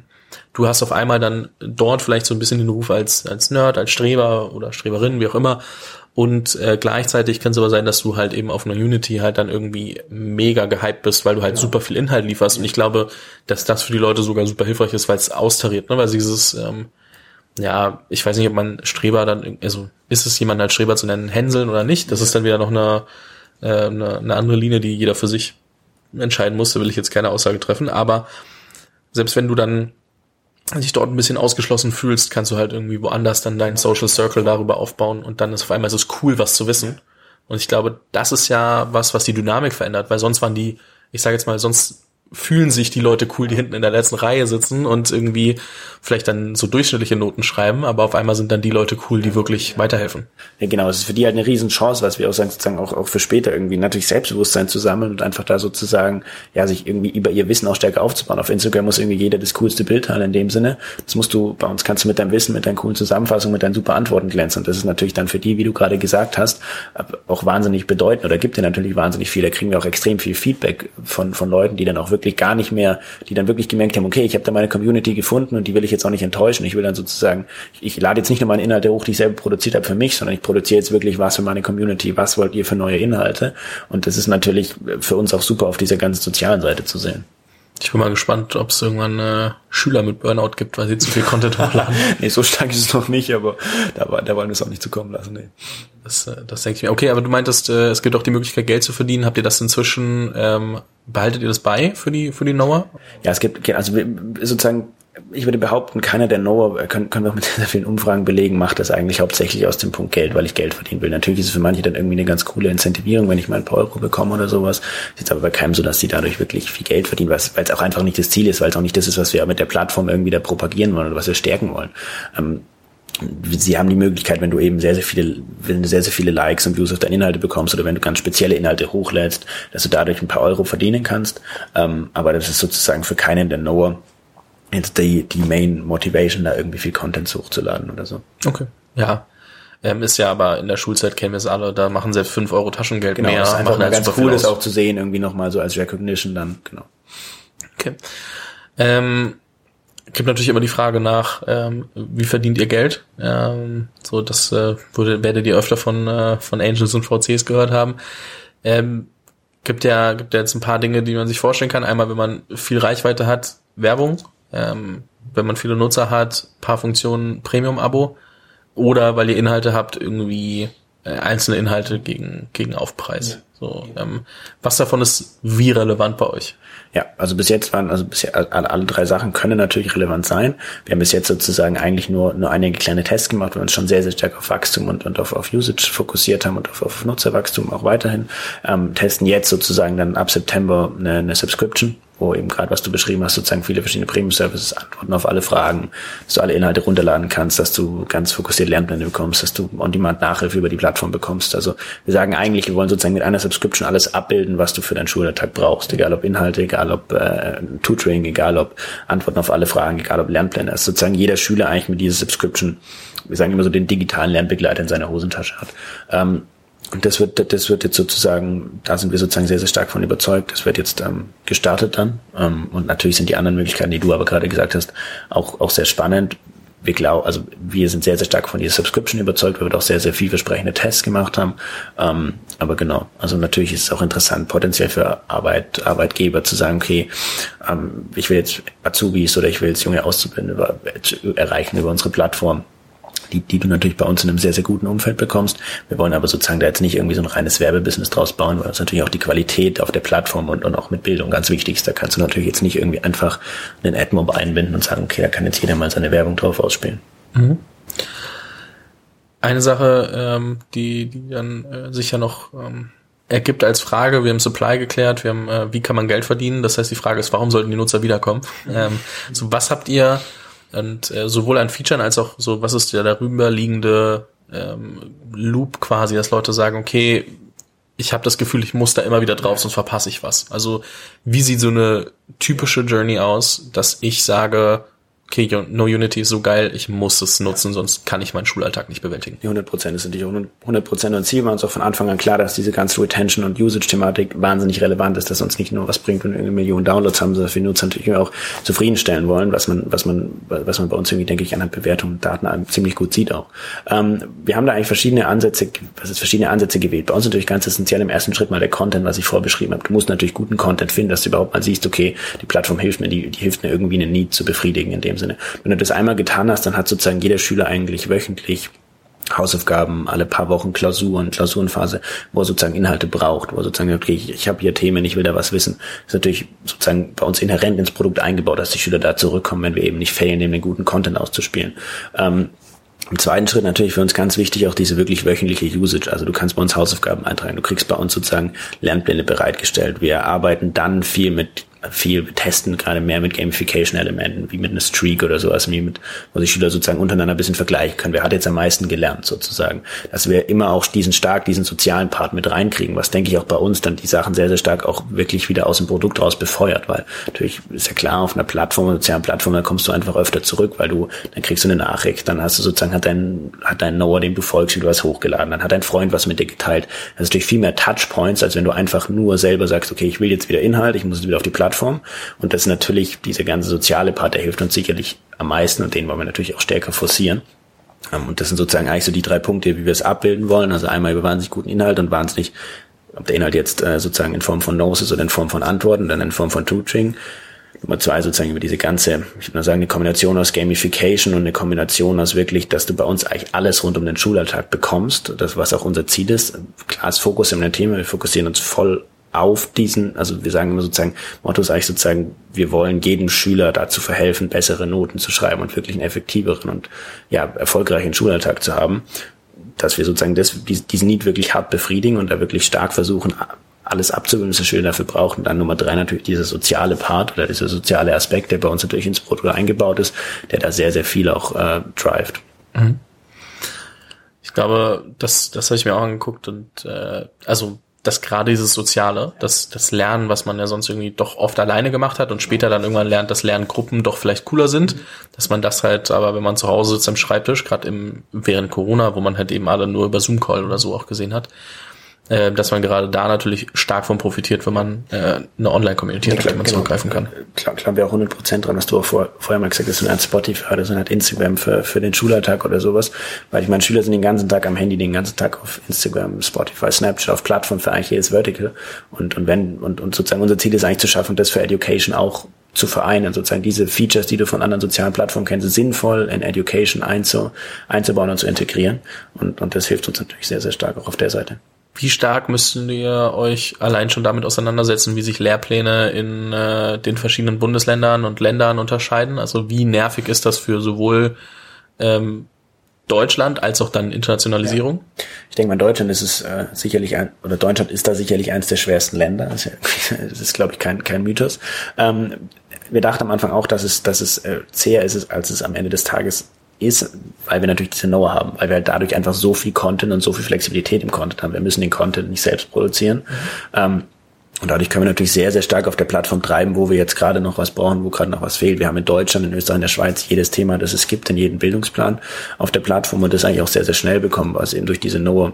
du hast auf einmal dann dort vielleicht so ein bisschen den Ruf als Nerd, als Streber oder Streberin, wie auch immer. Und gleichzeitig kann es aber sein, dass du halt eben auf einer Unity halt dann irgendwie mega gehypt bist, weil du halt super viel Inhalt lieferst. Und ich glaube, dass das für die Leute sogar super hilfreich ist, weil es austariert, ne? Weil dieses, ich weiß nicht, ob man Streber dann, also ist es jemand als Streber zu nennen, hänseln oder nicht? Das ist dann wieder noch eine andere Linie, die jeder für sich entscheiden muss. Da will ich jetzt keine Aussage treffen. Aber selbst wenn du dann dich dort ein bisschen ausgeschlossen fühlst, kannst du halt irgendwie woanders dann deinen Social Circle darüber aufbauen und dann ist auf einmal so cool, was zu wissen. Und ich glaube, das ist ja was die Dynamik verändert, weil sonst waren die, ich sage jetzt mal, sonst fühlen sich die Leute cool, die hinten in der letzten Reihe sitzen und irgendwie vielleicht dann so durchschnittliche Noten schreiben, aber auf einmal sind dann die Leute cool, die wirklich weiterhelfen. Ja, genau, es ist für die halt eine Riesenchance, was wir auch sagen, sozusagen auch für später irgendwie natürlich Selbstbewusstsein zu sammeln und einfach da sozusagen, ja, sich irgendwie über ihr Wissen auch stärker aufzubauen. Auf Instagram muss irgendwie jeder das coolste Bild teilen in dem Sinne. Das musst du, bei uns kannst du mit deinem Wissen, mit deinen coolen Zusammenfassungen, mit deinen super Antworten glänzen. Und das ist natürlich dann für die, wie du gerade gesagt hast, auch wahnsinnig bedeutend oder gibt dir natürlich wahnsinnig viel. Da kriegen wir auch extrem viel Feedback von Leuten, die dann auch wirklich gar nicht mehr, die dann wirklich gemerkt haben, okay, ich habe da meine Community gefunden und die will ich jetzt auch nicht enttäuschen. Ich will dann sozusagen, ich lade jetzt nicht nur meine Inhalte hoch, die ich selber produziert habe für mich, sondern ich produziere jetzt wirklich was für meine Community, was wollt ihr für neue Inhalte? Und das ist natürlich für uns auch super auf dieser ganzen sozialen Seite zu sehen. Ich bin mal gespannt, ob es irgendwann Schüler mit Burnout gibt, weil sie zu viel Content hochladen. Nee, so stark ist es noch nicht, aber da wollen wir es auch nicht zu kommen lassen. Nee. Das denke ich mir. Okay, aber du meintest, es gibt auch die Möglichkeit, Geld zu verdienen. Habt ihr das inzwischen, behaltet ihr das bei für die Knower? Ja, es gibt, also sozusagen, ich würde behaupten, keiner der Knower, können wir auch mit sehr vielen Umfragen belegen, macht das eigentlich hauptsächlich aus dem Punkt Geld, weil ich Geld verdienen will. Natürlich ist es für manche dann irgendwie eine ganz coole Incentivierung, wenn ich mal ein paar Euro bekomme oder sowas. Ist jetzt aber bei keinem so, dass die dadurch wirklich viel Geld verdienen, weil es auch einfach nicht das Ziel ist, weil es auch nicht das ist, was wir mit der Plattform irgendwie da propagieren wollen oder was wir stärken wollen. Sie haben die Möglichkeit, wenn du eben sehr, sehr viele Likes und Views auf deine Inhalte bekommst oder wenn du ganz spezielle Inhalte hochlädst, dass du dadurch ein paar Euro verdienen kannst. Aber das ist sozusagen für keinen der Knower jetzt die Main Motivation, da irgendwie viel Content hochzuladen oder so. Okay, ja. Ist ja aber in der Schulzeit kennen wir es alle, da machen selbst 5 Euro Taschengeld genau, mehr. Das ist einfach mal ganz cool, das aus. auch zu sehen, irgendwie nochmal so als Recognition dann, genau. Okay. Gibt natürlich immer die Frage nach, wie verdient ihr Geld? So, das werdet ihr öfter von Angels und VCs gehört haben. Gibt ja jetzt ein paar Dinge, die man sich vorstellen kann. Einmal, wenn man viel Reichweite hat, Werbung. Wenn man viele Nutzer hat, paar Funktionen, Premium-Abo. Oder weil ihr Inhalte habt, irgendwie einzelne Inhalte gegen Aufpreis. Ja. So, was davon ist wie relevant bei euch? Ja, also bisher alle 3 Sachen können natürlich relevant sein. Wir haben bis jetzt sozusagen eigentlich nur einige kleine Tests gemacht, weil wir uns schon sehr, sehr stark auf Wachstum und auf Usage fokussiert haben und auf Nutzerwachstum auch weiterhin. Testen jetzt sozusagen dann ab September eine Subscription, wo eben gerade, was du beschrieben hast, sozusagen viele verschiedene Premium-Services, Antworten auf alle Fragen, dass du alle Inhalte runterladen kannst, dass du ganz fokussiert Lernpläne bekommst, dass du On-Demand-Nachhilfe über die Plattform bekommst. Also wir sagen eigentlich, wir wollen sozusagen mit einer Subscription alles abbilden, was du für deinen Schulalltag brauchst, egal ob Inhalte, egal ob Tutoring, egal ob Antworten auf alle Fragen, egal ob Lernpläne. Also sozusagen jeder Schüler eigentlich mit dieser Subscription, wir sagen immer so, den digitalen Lernbegleiter in seiner Hosentasche hat. Und das wird jetzt sozusagen, da sind wir sozusagen sehr, sehr stark von überzeugt. Das wird jetzt gestartet dann. Und natürlich sind die anderen Möglichkeiten, die du aber gerade gesagt hast, auch sehr spannend. Wir sind sehr, sehr stark von dieser Subscription überzeugt, weil wir doch sehr, sehr vielversprechende Tests gemacht haben. Aber genau, also natürlich ist es auch interessant, potenziell für Arbeitgeber zu sagen, okay, ich will jetzt Azubis oder ich will jetzt junge Auszubildende erreichen über unsere Plattform, die du natürlich bei uns in einem sehr, sehr guten Umfeld bekommst. Wir wollen aber sozusagen da jetzt nicht irgendwie so ein reines Werbebusiness draus bauen, weil uns natürlich auch die Qualität auf der Plattform und auch mit Bildung ganz wichtig ist. Da kannst du natürlich jetzt nicht irgendwie einfach einen AdMob einbinden und sagen, okay, da kann jetzt jeder mal seine Werbung drauf ausspielen. Mhm. Eine Sache, die dann sicher noch ergibt als Frage, wir haben Supply geklärt, wir haben, wie kann man Geld verdienen? Das heißt, die Frage ist, warum sollten die Nutzer wiederkommen? So, was habt ihr und sowohl an Featuren als auch so, was ist der darüber liegende Loop quasi, dass Leute sagen, okay, ich habe das Gefühl, ich muss da immer wieder drauf, sonst verpasse ich was. Also wie sieht so eine typische Journey aus, dass ich sage, okay, No Unity ist so geil, ich muss es nutzen, sonst kann ich meinen Schulalltag nicht bewältigen. Die 100% ist natürlich 100% unser Ziel. War uns auch von Anfang an klar, dass diese ganze Retention- und Usage-Thematik wahnsinnig relevant ist, dass uns nicht nur was bringt, wenn wir irgendwie Millionen Downloads haben, sondern dass wir Nutzer natürlich auch zufriedenstellen wollen, was man bei uns irgendwie, denke ich, anhand Bewertungen und Daten ziemlich gut sieht auch. Wir haben da eigentlich verschiedene Ansätze gewählt. Bei uns natürlich ganz essentiell im ersten Schritt mal der Content, was ich vorbeschrieben habe. Du musst natürlich guten Content finden, dass du überhaupt mal siehst, okay, die Plattform hilft mir, die hilft mir irgendwie einen Need zu befriedigen in dem Sinne. Wenn du das einmal getan hast, dann hat sozusagen jeder Schüler eigentlich wöchentlich Hausaufgaben, alle paar Wochen Klausurenphase, wo er sozusagen Inhalte braucht, wo er sozusagen, okay, ich habe hier Themen, ich will da was wissen. Das ist natürlich sozusagen bei uns inhärent ins Produkt eingebaut, dass die Schüler da zurückkommen, wenn wir eben nicht failen, den guten Content auszuspielen. Im zweiten Schritt natürlich für uns ganz wichtig auch diese wirklich wöchentliche Usage. Also du kannst bei uns Hausaufgaben eintragen, du kriegst bei uns sozusagen Lernpläne bereitgestellt. Wir arbeiten dann wir testen gerade mehr mit Gamification-Elementen, wie mit einer Streak oder sowas, wo sich Schüler sozusagen untereinander ein bisschen vergleichen können. Wer hat jetzt am meisten gelernt sozusagen? Dass wir immer auch diesen sozialen Part mit reinkriegen, was denke ich auch bei uns dann die Sachen sehr, sehr stark auch wirklich wieder aus dem Produkt raus befeuert, weil natürlich ist ja klar, auf einer Plattform, einer sozialen Plattform, da kommst du einfach öfter zurück, weil dann kriegst du eine Nachricht, dann hast du sozusagen, hat dein Knower, dem du folgst, wie du was hochgeladen, dann hat dein Freund was mit dir geteilt. Das ist natürlich viel mehr Touchpoints, als wenn du einfach nur selber sagst, okay, ich will jetzt wieder Inhalt, ich muss jetzt wieder auf die Plattform. Und das ist natürlich, dieser ganze soziale Part, der hilft uns sicherlich am meisten und den wollen wir natürlich auch stärker forcieren. Und das sind sozusagen eigentlich so die 3 Punkte, wie wir es abbilden wollen. Also einmal über wahnsinnig guten Inhalt und ob der Inhalt jetzt sozusagen in Form von Notes ist oder in Form von Antworten, dann in Form von Tutoring. Nummer 2 sozusagen über diese ganze, ich würde mal sagen, eine Kombination aus Gamification und eine Kombination aus wirklich, dass du bei uns eigentlich alles rund um den Schulalltag bekommst, das was auch unser Ziel ist. Klar ist Fokus in dem Thema, wir fokussieren uns voll auf diesen, also wir sagen immer sozusagen, Motto ist eigentlich sozusagen, wir wollen jedem Schüler dazu verhelfen, bessere Noten zu schreiben und wirklich einen effektiveren und erfolgreichen Schulalltag zu haben, dass wir sozusagen diesen Need wirklich hart befriedigen und da wirklich stark versuchen, alles abzubilden, was der Schüler dafür braucht. Und dann Nummer 3 natürlich dieser soziale Part oder dieser soziale Aspekt, der bei uns natürlich ins Produkt eingebaut ist, der da sehr, sehr viel auch drivet. Mhm. Ich glaube, das habe ich mir auch angeguckt und dass gerade dieses Soziale, das Lernen, was man ja sonst irgendwie doch oft alleine gemacht hat und später dann irgendwann lernt, dass Lerngruppen doch vielleicht cooler sind, dass man das halt, aber wenn man zu Hause sitzt am Schreibtisch, gerade während Corona, wo man halt eben alle nur über Zoom-Call oder so auch gesehen hat, dass man gerade da natürlich stark von profitiert, wenn man eine Online-Community hat, auf die man zurückgreifen kann. Klar, wir auch 100% dran, was du auch vorher mal gesagt hast, so eine Art Spotify oder so eine Art Instagram für den Schulalltag oder sowas, weil ich meine, Schüler sind den ganzen Tag am Handy, den ganzen Tag auf Instagram, Spotify, Snapchat, auf Plattformen für eigentlich jedes Vertical und sozusagen unser Ziel ist eigentlich zu schaffen, das für Education auch zu vereinen, sozusagen diese Features, die du von anderen sozialen Plattformen kennst, sinnvoll in Education einzubauen und zu integrieren und das hilft uns natürlich sehr, sehr stark auch auf der Seite. Wie stark müsst ihr euch allein schon damit auseinandersetzen, wie sich Lehrpläne in den verschiedenen Bundesländern und Ländern unterscheiden? Also wie nervig ist das für sowohl Deutschland als auch dann Internationalisierung? Ja. Ich denke mal, Deutschland ist es Deutschland ist da sicherlich eines der schwersten Länder. Das ist glaube ich, kein Mythos. Wir dachten am Anfang auch, dass es zäher ist, als es am Ende des Tages ist, weil wir natürlich diese Know-how haben, weil wir halt dadurch einfach so viel Content und so viel Flexibilität im Content haben. Wir müssen den Content nicht selbst produzieren. Und dadurch können wir natürlich sehr, sehr stark auf der Plattform treiben, wo wir jetzt gerade noch was brauchen, wo gerade noch was fehlt. Wir haben in Deutschland, in Österreich, in der Schweiz jedes Thema, das es gibt, in jedem Bildungsplan auf der Plattform und das eigentlich auch sehr, sehr schnell bekommen, was eben durch diese Know-how,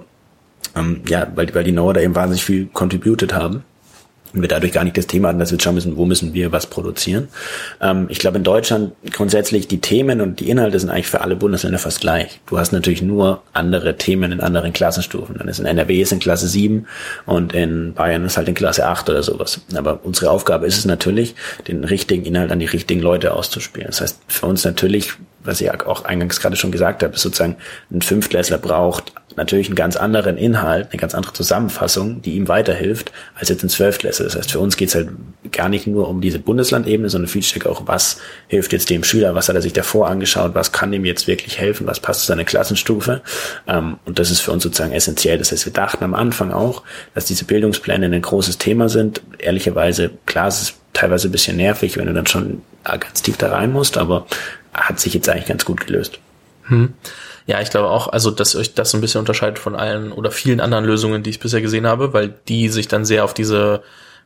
weil die Know-how da eben wahnsinnig viel contributed haben. Und wir dadurch gar nicht das Thema hatten, dass wir schauen müssen, wo müssen wir was produzieren. Ich glaube, in Deutschland grundsätzlich die Themen und die Inhalte sind eigentlich für alle Bundesländer fast gleich. Du hast natürlich nur andere Themen in anderen Klassenstufen. Dann ist in NRW ist in Klasse 7 und in Bayern ist halt in Klasse 8 oder sowas. Aber unsere Aufgabe ist es natürlich, den richtigen Inhalt an die richtigen Leute auszuspielen. Das heißt, für uns natürlich, was ich auch eingangs gerade schon gesagt habe, ist sozusagen ein Fünftklässler braucht natürlich einen ganz anderen Inhalt, eine ganz andere Zusammenfassung, die ihm weiterhilft, als jetzt ein Zwölftklässler. Das heißt, für uns geht's halt gar nicht nur um diese Bundeslandebene, sondern viel stärker auch, was hilft jetzt dem Schüler, was hat er sich davor angeschaut, was kann ihm jetzt wirklich helfen, was passt zu seiner Klassenstufe. Und das ist für uns sozusagen essentiell. Das heißt, wir dachten am Anfang auch, dass diese Bildungspläne ein großes Thema sind. Ehrlicherweise, klar, es ist teilweise ein bisschen nervig, wenn du dann schon ganz tief da rein musst, aber hat sich jetzt eigentlich ganz gut gelöst. Ja, ich glaube auch, also dass euch das so ein bisschen unterscheidet von allen oder vielen anderen Lösungen, die ich bisher gesehen habe, weil die sich dann sehr auf diese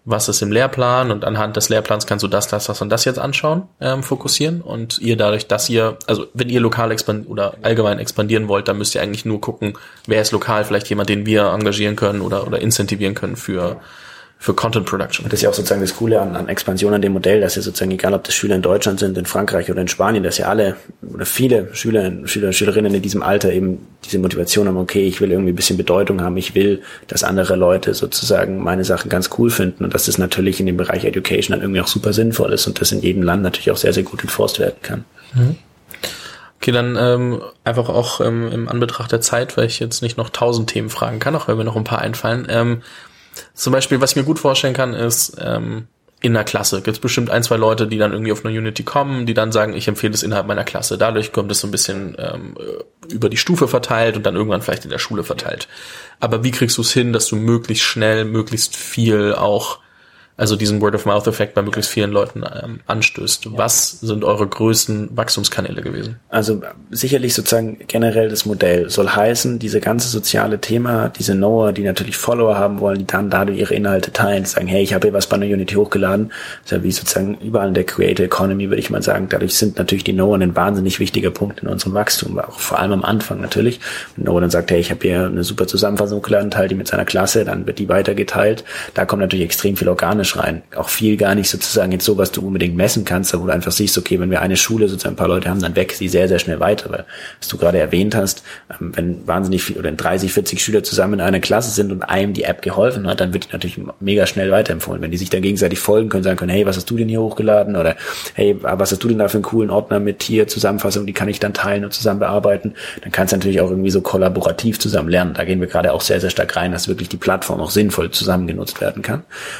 was ist im Lehrplan und anhand des Lehrplans kannst du das und das jetzt anschauen, fokussieren und ihr dadurch, dass ihr, also wenn ihr lokal oder allgemein expandieren wollt, dann müsst ihr eigentlich nur gucken, wer ist lokal, vielleicht jemand, den wir engagieren können oder incentivieren können für Content Production. Und das ist ja auch sozusagen das Coole an Expansion an dem Modell, dass ja sozusagen, egal ob das Schüler in Deutschland sind, in Frankreich oder in Spanien, dass ja alle oder viele Schüler und Schülerinnen in diesem Alter eben diese Motivation haben, okay, ich will irgendwie ein bisschen Bedeutung haben, ich will, dass andere Leute sozusagen meine Sachen ganz cool finden und dass das natürlich in dem Bereich Education dann irgendwie auch super sinnvoll ist und das in jedem Land natürlich auch sehr, sehr gut enforced werden kann. Mhm. Okay, dann einfach auch im Anbetracht der Zeit, weil ich jetzt nicht noch 1000 Themen fragen kann, auch wenn mir noch ein paar einfallen. Zum Beispiel, was ich mir gut vorstellen kann, ist, in einer Klasse gibt es bestimmt 1, 2 Leute, die dann irgendwie auf eine Unity kommen, die dann sagen, ich empfehle es innerhalb meiner Klasse. Dadurch kommt es so ein bisschen über die Stufe verteilt und dann irgendwann vielleicht in der Schule verteilt. Aber wie kriegst du es hin, dass du möglichst schnell, möglichst viel auch, also diesen Word-of-Mouth-Effekt bei möglichst vielen Leuten anstößt? Was sind eure größten Wachstumskanäle gewesen? Also sicherlich sozusagen generell das Modell soll heißen, diese ganze soziale Thema, diese Knower, die natürlich Follower haben wollen, die dann dadurch ihre Inhalte teilen, sagen, hey, ich habe hier was bei einer Unity hochgeladen. Das ist ja wie sozusagen überall in der Creator Economy, würde ich mal sagen. Dadurch sind natürlich die Knower ein wahnsinnig wichtiger Punkt in unserem Wachstum, auch vor allem am Anfang natürlich. Wenn Knower dann sagt, hey, ich habe hier eine super Zusammenfassung hochgeladen, teile die mit seiner Klasse, dann wird die weitergeteilt. Da kommt natürlich extrem viel organisch rein. Auch viel gar nicht sozusagen jetzt so, was du unbedingt messen kannst, wo du einfach siehst, okay, wenn wir eine Schule sozusagen ein paar Leute haben, dann wächst sie sehr, sehr schnell weiter, weil, was du gerade erwähnt hast, wenn wahnsinnig viel oder 30, 40 Schüler zusammen in einer Klasse sind und einem die App geholfen hat, dann wird die natürlich mega schnell weiterempfohlen. Wenn die sich dann gegenseitig folgen können, sagen können, hey, was hast du denn hier hochgeladen? Oder hey, was hast du denn da für einen coolen Ordner mit hier Zusammenfassung, die kann ich dann teilen und zusammen bearbeiten, dann kannst du natürlich auch irgendwie so kollaborativ zusammen lernen. Da gehen wir gerade auch sehr, sehr stark rein, dass wirklich die Plattform auch sinnvoll zusammen genutzt werden kann.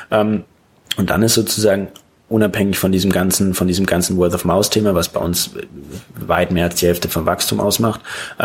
Und dann ist sozusagen unabhängig von diesem ganzen Word-of-Mouth-Thema, was bei uns weit mehr als die Hälfte vom Wachstum ausmacht,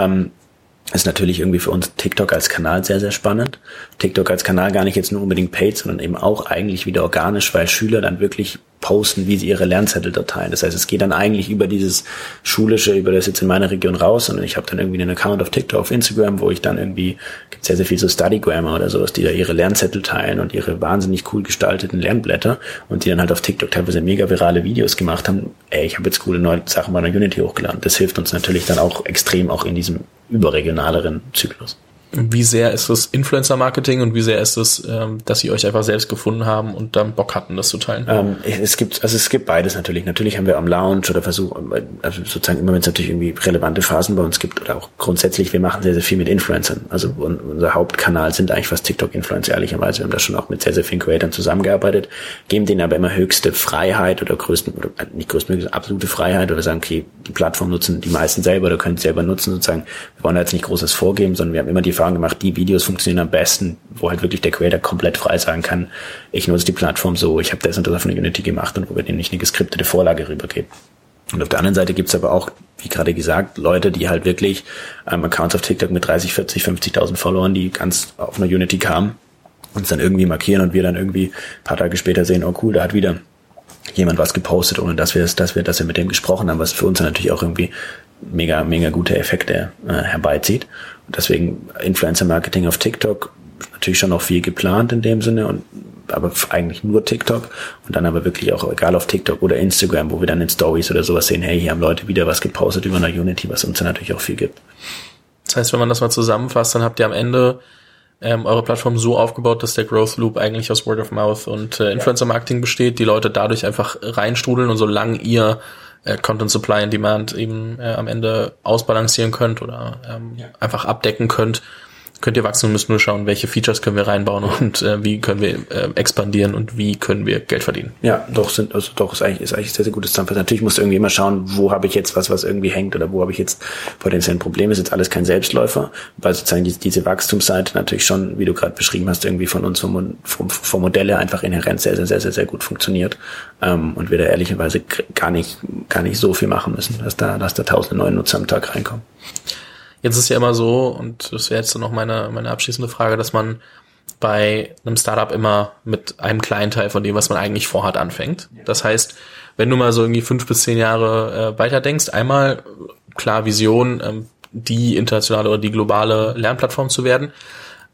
ist natürlich irgendwie für uns TikTok als Kanal sehr, sehr spannend. TikTok als Kanal gar nicht jetzt nur unbedingt paid, sondern eben auch eigentlich wieder organisch, weil Schüler dann wirklich posten, wie sie ihre Lernzettel dort teilen. Das heißt, es geht dann eigentlich über dieses Schulische, über das jetzt in meiner Region raus, sondern ich habe dann irgendwie einen Account auf TikTok, auf Instagram, wo ich dann irgendwie, gibt sehr, sehr viel so Study Grammar oder sowas, die da ihre Lernzettel teilen und ihre wahnsinnig cool gestalteten Lernblätter und die dann halt auf TikTok teilweise mega virale Videos gemacht haben. Ey, ich habe jetzt coole neue Sachen bei einer Unity hochgeladen. Das hilft uns natürlich dann auch extrem auch in diesem überregionaleren Zyklus. Wie sehr ist es Influencer-Marketing und wie sehr ist es, dass sie euch einfach selbst gefunden haben und dann Bock hatten, das zu teilen? Es gibt beides natürlich. Natürlich haben wir am Launch oder versuchen, also sozusagen immer, wenn es natürlich irgendwie relevante Phasen bei uns gibt oder auch grundsätzlich, wir machen sehr, sehr viel mit Influencern. Also unser Hauptkanal sind eigentlich fast TikTok-Influencer, ehrlicherweise. Wir haben da schon auch mit sehr, sehr vielen Creatoren zusammengearbeitet, geben denen aber immer höchste Freiheit oder absolute Freiheit oder sagen, okay, die Plattform nutzen die meisten selber oder können es selber nutzen, sozusagen. Wir wollen da jetzt nicht Großes vorgeben, sondern wir haben immer die Erfahrung gemacht, die Videos funktionieren am besten, wo halt wirklich der Creator komplett frei sagen kann, ich nutze die Plattform so, ich habe das und das auf eine Unity gemacht und wo wir denen nicht eine geskriptete Vorlage rübergeben. Und auf der anderen Seite gibt's aber auch, wie gerade gesagt, Leute, die halt wirklich Accounts auf TikTok mit 30, 40, 50.000 Followern, die ganz auf einer Unity kamen, uns dann irgendwie markieren und wir dann irgendwie ein paar Tage später sehen, oh cool, da hat wieder jemand was gepostet, ohne dass wir mit dem gesprochen haben, was für uns dann natürlich auch irgendwie mega, mega gute Effekte herbeizieht. Und deswegen Influencer-Marketing auf TikTok, natürlich schon noch viel geplant in dem Sinne, aber eigentlich nur TikTok und dann aber wirklich auch egal auf TikTok oder Instagram, wo wir dann in Stories oder sowas sehen, hey, hier haben Leute wieder was gepostet über eine Unity, was uns dann natürlich auch viel gibt. Das heißt, wenn man das mal zusammenfasst, dann habt ihr am Ende eure Plattform so aufgebaut, dass der Growth Loop eigentlich aus Word of Mouth und Influencer-Marketing besteht, die Leute dadurch einfach reinstrudeln und solange ihr Content Supply and Demand eben am Ende ausbalancieren könnt oder einfach abdecken könnt ihr wachsen und müsst nur schauen, welche Features können wir reinbauen und wie können wir expandieren und wie können wir Geld verdienen. Ja, ist eigentlich sehr, sehr gutes Zusammenfassen. Natürlich musst du irgendwie immer schauen, wo habe ich jetzt was irgendwie hängt oder wo habe ich jetzt potenziell ein Problem. Ist jetzt alles kein Selbstläufer, weil sozusagen diese Wachstumsseite natürlich schon, wie du gerade beschrieben hast, irgendwie von uns vom Modelle einfach inhärent sehr, sehr, sehr, sehr, sehr gut funktioniert und wir da ehrlicherweise gar nicht so viel machen müssen, dass da tausende neue Nutzer am Tag reinkommen. Jetzt ist ja immer so, und das wäre jetzt noch meine abschließende Frage, dass man bei einem Startup immer mit einem kleinen Teil von dem, was man eigentlich vorhat, anfängt. Das heißt, wenn du mal so irgendwie 5 bis 10 Jahre weiterdenkst, einmal klar Vision, die internationale oder die globale Lernplattform zu werden,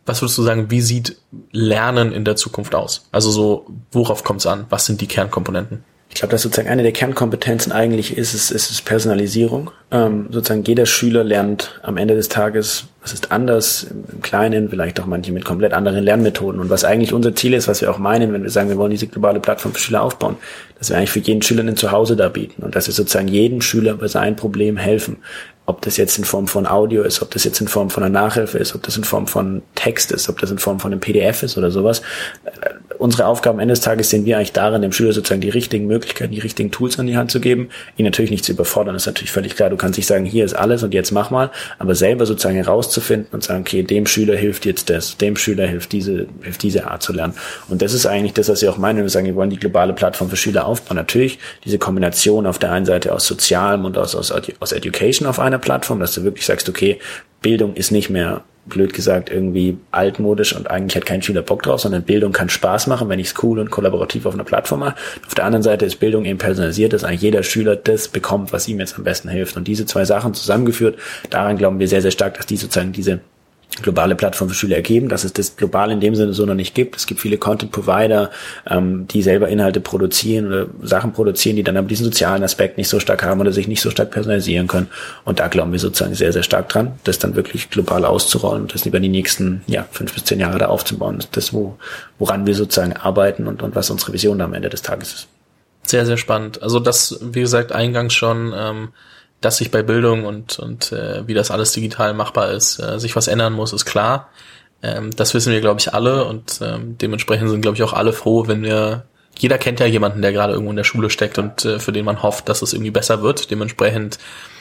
was würdest du sagen, wie sieht Lernen in der Zukunft aus? Also so, worauf kommt es an? Was sind die Kernkomponenten? Ich glaube, dass sozusagen eine der Kernkompetenzen eigentlich ist Personalisierung. Sozusagen jeder Schüler lernt am Ende des Tages, was ist anders im Kleinen, vielleicht auch manche mit komplett anderen Lernmethoden. Und was eigentlich unser Ziel ist, was wir auch meinen, wenn wir sagen, wir wollen diese globale Plattform für Schüler aufbauen, dass wir eigentlich für jeden Schüler ein Zuhause da bieten und dass wir sozusagen jedem Schüler bei seinem Problem helfen. Ob das jetzt in Form von Audio ist, ob das jetzt in Form von einer Nachhilfe ist, ob das in Form von Text ist, ob das in Form von einem PDF ist oder sowas. Unsere Aufgabe am Ende des Tages sehen wir eigentlich darin, dem Schüler sozusagen die richtigen Möglichkeiten, die richtigen Tools an die Hand zu geben, ihn natürlich nicht zu überfordern. Das ist natürlich völlig klar. Du kannst nicht sagen, hier ist alles und jetzt mach mal, aber selber sozusagen herauszufinden und sagen, okay, dem Schüler hilft jetzt das, dem Schüler hilft diese Art zu lernen. Und das ist eigentlich das, was wir auch meinen, wenn wir sagen, wir wollen die globale Plattform für Schüler aufbauen. Natürlich diese Kombination auf der einen Seite aus Sozialem und aus Education auf einer Plattform, dass du wirklich sagst, okay, Bildung ist nicht mehr, blöd gesagt, irgendwie altmodisch und eigentlich hat kein Schüler Bock drauf, sondern Bildung kann Spaß machen, wenn ich es cool und kollaborativ auf einer Plattform mache. Auf der anderen Seite ist Bildung eben personalisiert, dass eigentlich jeder Schüler das bekommt, was ihm jetzt am besten hilft. Und diese zwei Sachen zusammengeführt, daran glauben wir sehr, sehr stark, dass die sozusagen diese globale Plattform für Schüler ergeben, dass es das global in dem Sinne so noch nicht gibt. Es gibt viele Content-Provider, die selber Inhalte produzieren oder Sachen produzieren, die dann aber diesen sozialen Aspekt nicht so stark haben oder sich nicht so stark personalisieren können. Und da glauben wir sozusagen sehr, sehr stark dran, das dann wirklich global auszurollen und das über die nächsten 5 bis 10 Jahre da aufzubauen. Das ist das, woran wir sozusagen arbeiten und was unsere Vision am Ende des Tages ist. Sehr, sehr spannend. Also das, wie gesagt, eingangs schon, dass sich bei Bildung und wie das alles digital machbar ist, sich was ändern muss, ist klar. Das wissen wir, glaube ich, alle und dementsprechend sind, glaube ich, auch alle froh, wenn jeder kennt ja jemanden, der gerade irgendwo in der Schule steckt und für den man hofft, dass es irgendwie besser wird. Dementsprechend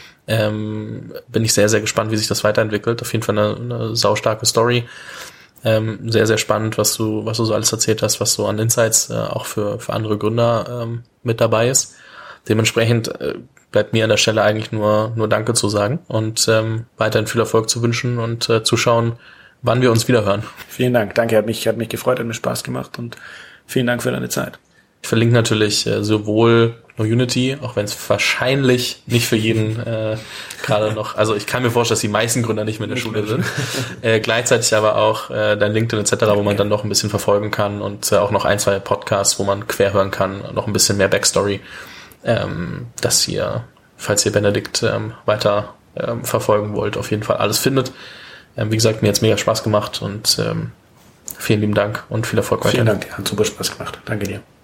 bin ich sehr, sehr gespannt, wie sich das weiterentwickelt. Auf jeden Fall eine saustarke Story. Sehr, sehr spannend, was du so alles erzählt hast, was so an Insights auch für andere Gründer mit dabei ist. Dementsprechend bleibt mir an der Stelle eigentlich nur Danke zu sagen und weiterhin viel Erfolg zu wünschen und zu schauen, wann wir uns wieder hören. Vielen Dank. Danke, hat mich gefreut, hat mir Spaß gemacht und vielen Dank für deine Zeit. Ich verlinke natürlich sowohl Unity, auch wenn es wahrscheinlich nicht für jeden gerade noch, also ich kann mir vorstellen, dass die meisten Gründer nicht mehr in der Schule sind, gleichzeitig aber auch dein LinkedIn etc., wo man dann noch ein bisschen verfolgen kann und auch noch 1, 2 Podcasts, wo man quer hören kann, noch ein bisschen mehr Backstory, dass ihr, falls ihr Benedikt weiter verfolgen wollt, auf jeden Fall alles findet. Wie gesagt, mir hat's mega Spaß gemacht und vielen lieben Dank und viel Erfolg weiter. Vielen Dank, hat super Spaß gemacht. Danke dir.